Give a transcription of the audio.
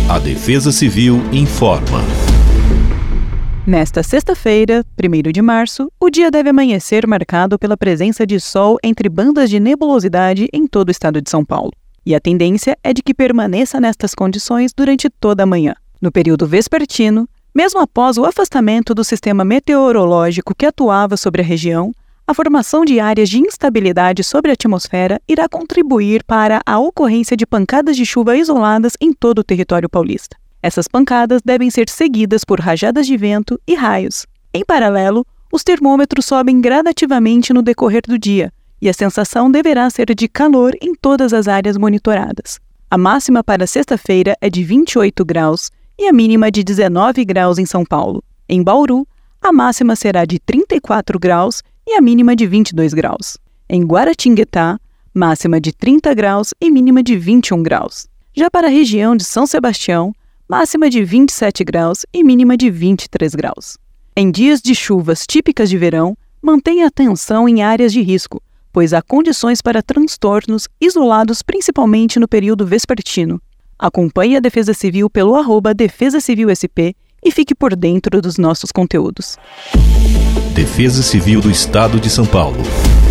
A Defesa Civil informa. Nesta sexta-feira, 1º de março, o dia deve amanhecer marcado pela presença de sol entre bandas de nebulosidade em todo o estado de São Paulo. E a tendência é de que permaneça nestas condições durante toda a manhã. No período vespertino, mesmo após o afastamento do sistema meteorológico que atuava sobre a região, a formação de áreas de instabilidade sobre a atmosfera irá contribuir para a ocorrência de pancadas de chuva isoladas em todo o território paulista. Essas pancadas devem ser seguidas por rajadas de vento e raios. Em paralelo, os termômetros sobem gradativamente no decorrer do dia e a sensação deverá ser de calor em todas as áreas monitoradas. A máxima para sexta-feira é de 28 graus e a mínima de 19 graus em São Paulo. Em Bauru, a máxima será de 34 graus e a mínima de 22 graus. Em Guaratinguetá, máxima de 30 graus e mínima de 21 graus. Já para a região de São Sebastião, máxima de 27 graus e mínima de 23 graus. Em dias de chuvas típicas de verão, mantenha atenção em áreas de risco, pois há condições para transtornos isolados principalmente no período vespertino. Acompanhe a Defesa Civil pelo @DefesaCivilSP e fique por dentro dos nossos conteúdos. Defesa Civil do Estado de São Paulo.